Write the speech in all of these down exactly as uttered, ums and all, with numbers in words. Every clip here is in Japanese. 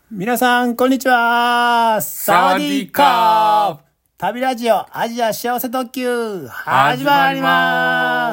皆さん、こんにちは。サワディーカー。旅ラジオアジア幸せ特急、始まります。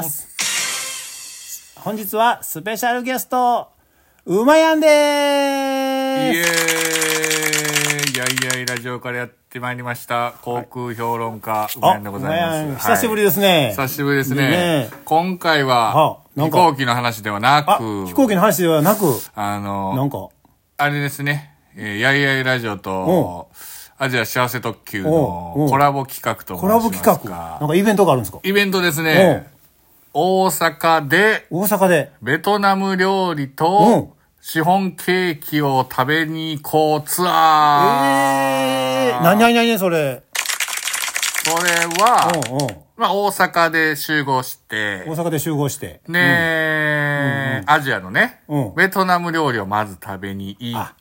本日はスペシャルゲスト、うまやんでーす。 イエーイ。やいやいラジオからやってまいりました。航空評論家、はい、うまやんでございます。 うまやん、久しぶりですね。 はい、久しぶりですね。ね今回は、飛行機の話ではなく、 飛行機の話ではなく、 あの、 なんか、 あれですね。えー、やいやいラジオと、アジア幸せ特急のコラボ企画と申しますか。 コラボ企画。なんかイベントがあるんですか？ イベントですね。大阪で、 大阪で、 ベトナム料理と、シフォンケーキを食べに行こうツアー。 えー、なになになにそれ。 それは、おうおうまあ大阪で集合して、 大阪で集合して。 ねえ、うんうん、アジアのね、うん、ベトナム料理をまず食べに行って、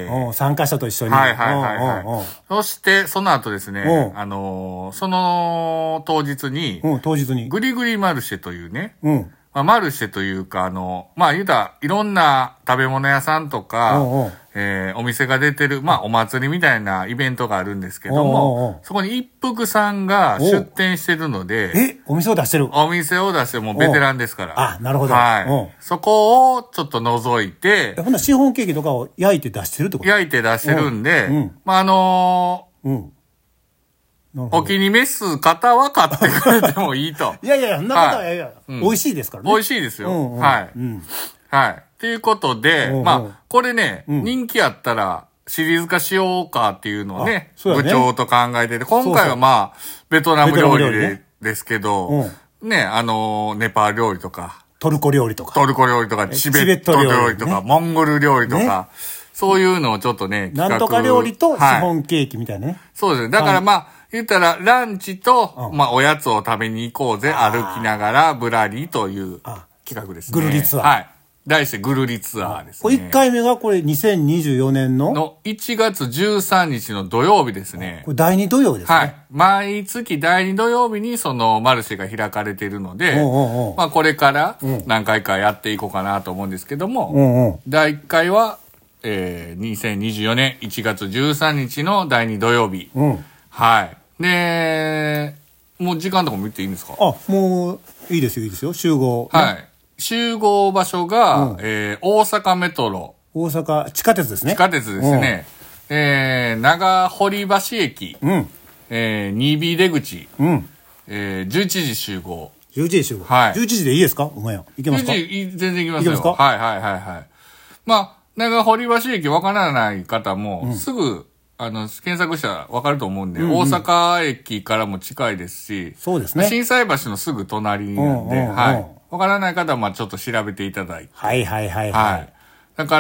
参加者と一緒に。 はいはいはいはい。そして、その後ですね、あのー、その当日に、 当日に。 グリグリマルシェというね、 うんまあ、マルシェというか、あの、まあ、言うたら、いろんな食べ物屋さんとか、おうおうえー、お店が出てる、まあ、お祭りみたいなイベントがあるんですけども、おうおうそこに一服さんが出店してるので、 え、お店を出してるお店を出して、もうベテランですから。 あ、なるほど。 はい。そこをちょっと覗いて、 ほんならシフォンケーキとかを焼いて出してるってこと焼いて出してるんで、うん、まあ、あのー、うんお気に召す方は買ってくれてもいいと。 いやいや、そんなことは、いやいや、うん、美味しいですからね。 美味しいですよ。うんうん、はい、うん。はい。ということで、うんうん、まあ、これね、うん、人気あったら、シリーズ化しようかっていうのをね、ね部長と考えてて、今回はまあ、ベトナム料理で、ね、ですけど、うん、ね、あの、ネパール料理とか、 トルコ料理とか、 トルコ料理とか、チベット料理とか、ね、モンゴル料理とか、ね、そういうのをちょっとね、 なんとか料理とシフォンケーキみたいなね。はい、 そうですね。だからまあ、言ったら、ランチと、うん、まあ、おやつを食べに行こうぜ、歩きながら、ぶらりという企画ですね。 ぐるりツアー。 はい。題してぐるりツアーですね。 これいっかいめがこれにせんにじゅうよねんののいちがつじゅうさんにちの土曜日ですね。 これだいに土曜日ですね。 はい。毎月だいに土曜日にそのマルシェが開かれているので、おうおうおうまあ、これから何回かやっていこうかなと思うんですけども、うんうん、だいいっかいは、えー、にせんにじゅうよねんいちがつじゅうさんにちのだいに土曜日。うん、はい。で、もう時間とかも言っていいんですか？ あ、もういいですよ、いいですよ。集合、 ね。はい。集合場所が、うん、えー、大阪メトロ。 大阪、地下鉄ですね。 地下鉄ですね。うん、えー、長堀橋駅。うん。えー、にビー 出口。うん。えー、じゅういちじ集合。 じゅういちじ集合。 はい。 じゅういちじでいいですか？お前や。いけますか？ じゅういちじ、全然いけますよ。 いけますか？ はいはいはいはい。まあ、長堀橋駅わからない方も、うん、すぐ、あの、検索したらわかると思うんで、うんうん、大阪駅からも近いですし、 そうですね。 心斎橋のすぐ隣なんで、うんうんうん、はい。わからない方は、まあちょっと調べていただいて。 はいはいはいはい。はい。 だから、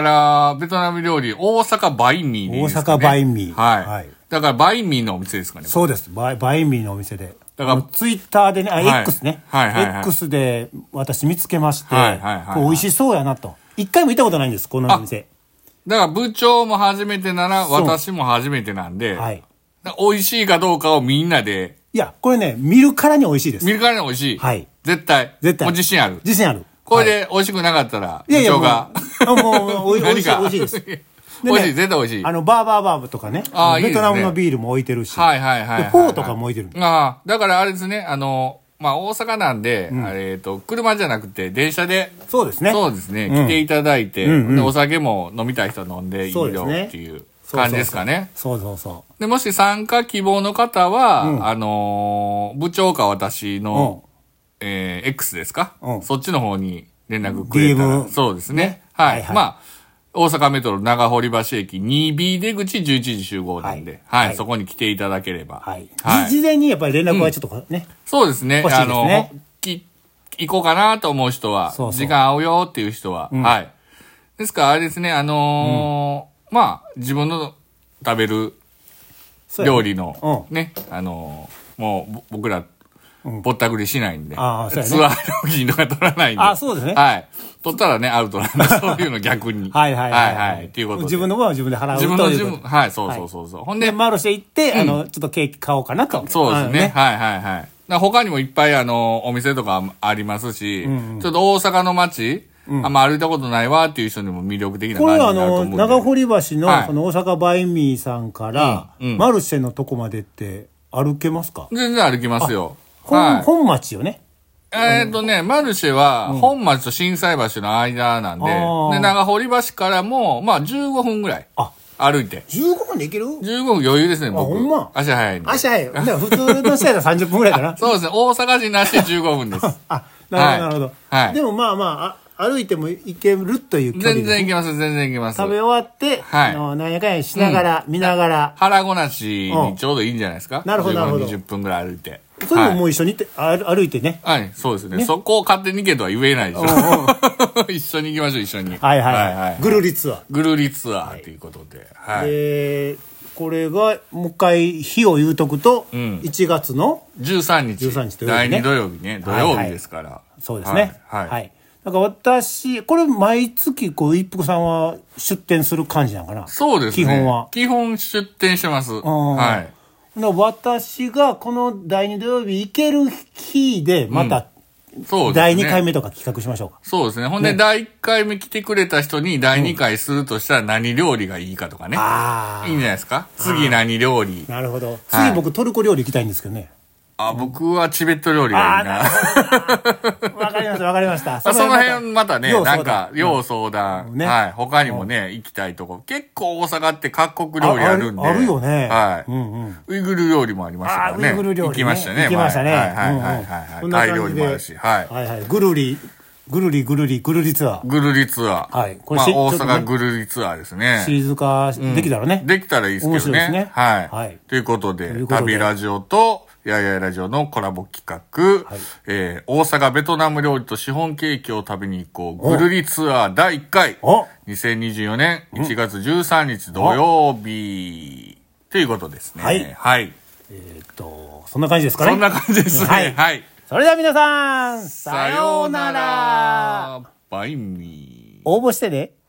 ベトナム料理、大阪バインミーでいいですかね。 大阪バインミー。 はい。はい、だから、バインミーのお店ですかね。 そうです。バイ、バインミーのお店で。だから、ツイッターでね、あ、はい、X ね。 はいはいはい。 X で私見つけまして、はいはいはい。美味しそうやなと。一回も行ったことないんです、このお店。 だから部長も初めてなら、私も初めてなんで、はい。美味しいかどうかをみんなで。 いや、これね、見るからに美味しいです。 見るからに美味しい。 はい。 絶対。 絶対。 もう自信ある。 自信ある。 これで美味しくなかったら、部長が。 いやいや、もう、もう美味しい、美味しいです。 美味しい、絶対美味しい。 あの、バーバーバーとかね。あ、ベトナムのビールも置いてるし。 はいはいはい。 フォーとかも置いてる。 ああ、だからあれですね、あの、まあ、大阪なんで、うん、えっと、車じゃなくて、電車で。 そうですね。 そうですね。来ていただいて、うんうん、でお酒も飲みたい人飲んでいいよっていう感じですかね。 そうそうそう。 で、もし参加希望の方は、うん、あのー、部長か私の、うん、えー、X ですか、うん、そっちの方に連絡くれたら。ディーエム そうですね。ねはい、はいはい。まあ、大阪メトロ長堀橋駅 にビー 出口じゅういちじ集合なんで、はい、はい、はい、そこに来ていただければ。はい。 はい、事前にやっぱり連絡はちょっとね。うん、 そうですね。欲しいですね。あの、き、行こうかなと思う人は、そうそう時間合うよっていう人は、うん、はい。ですから、あれですね、あのーうん、まあ、自分の食べる料理の、ね、うん、あのー、もう僕ら、ぼったくりしないんで、ああそうやね、ツアー料金とか取らないんで。 ああ、そうですね。 はい。取ったらね、アウトなんで、そういうの逆に。 はいはいはい。 はいはい。っていうことで。 自分の分は自分で払うという自分の自分、はい、そうそうそうそう。 ほんで、マルシェ行って、あの、ちょっとケーキ買おうかなと。 そうですね。はいはいはい。他にもいっぱいあの、お店とかありますし、ちょっと大阪の街、 うん、あんま歩いたことないわっていう人にも魅力的な感じになると思うんで。 これはあの、長堀橋の、はい、その大阪バインミーさんから、うんうん、マルシェのとこまでって歩けますか？ 全然歩きますよ。 本、はい、本町よね。 えーっとね、マルシェは、本町と心斎橋の間なんで、うん、で、長堀橋からも、まあ、じゅうごふんぐらい。あ、歩いて。 じゅうごふんで行ける？ じゅうご 分余裕ですね、僕。 あ、ほんま。 足早いんで。 足早い。普通の人やったらさんじゅっぷんぐらいかな。 そうですね。大阪人なしでじゅうごふんです。 あ、なるほど、なるほど。はい。でもまあまあ、歩いても行けるという距離です、ね。全然行けます、全然行けます。 食べ終わって、はい。あの、なんやかんやしながら、うん、見ながら。 腹ごなしにちょうどいいんじゃないですか。 なるほど、なるほど。 にじゅっぷんぐらい歩いて。 それももう一緒に行って、はい、歩いてね。 はい、そうですね。ね、そこを勝手に行けとは言えないでしょ。一緒に行きましょう、一緒に。 はいはいはい。はい、ぐるりツアー。 ぐるりツアーということで。はい。 で、これが、もう一回日を言うとくと、うん、いちがつのじゅうさんにち。 じゅうさんにち土曜日、ね。 だいに土曜日ね。土曜日ですから。はいはい、 そうですね。はい。はいはいなんか私、これ毎月こう一服さんは出店する感じなのかな？ そうですね。 基本は。 基本出店してます。はい。 私がこのだいに土曜日行ける日でまた、うん、だいにかいめとか企画しましょうか。 そうですね。ほんで、ね、だいいっかいめ来てくれた人にだいにかいするとしたら何料理がいいかとかね。ああ。いいんじゃないですか？次何料理。 なるほど。次僕トルコ料理行きたいんですけどね。 あ、僕はチベット料理がいいな。 わかりました、わかりました。 その辺またね、なんか、要相談。ね、はい。他にもね、行きたいとこ。結構大阪って各国料理あるんで。 あるよね。 はい。うんうん。ウイグル料理もありましたからね。ウイグル料理。行きましたね。 行きましたね。 はいはいはいはい。タイ料理もあるし。はい。 はいはい。ぐるり、ぐるりぐるりぐるりツアー。 ぐるりツアー。 はい。 これ、まあ、大阪ぐるりツアーですね。 シリーズ化できたらね。 できたらいいですけどね。はい。はい。ということで、旅ラジオと、やややラジオのコラボ企画、はい、えー、大阪ベトナム料理とシフォンケーキを食べに行こう、ぐるりツアーだいいっかい、にせんにじゅうよねんいちがつじゅうさんにち土曜日、ということですね。はい。はい。 えー、っと、そんな感じですかね。 そんな感じですね。はい。はい、 それでは皆さん、さようなら。 バインミー。 応募してね。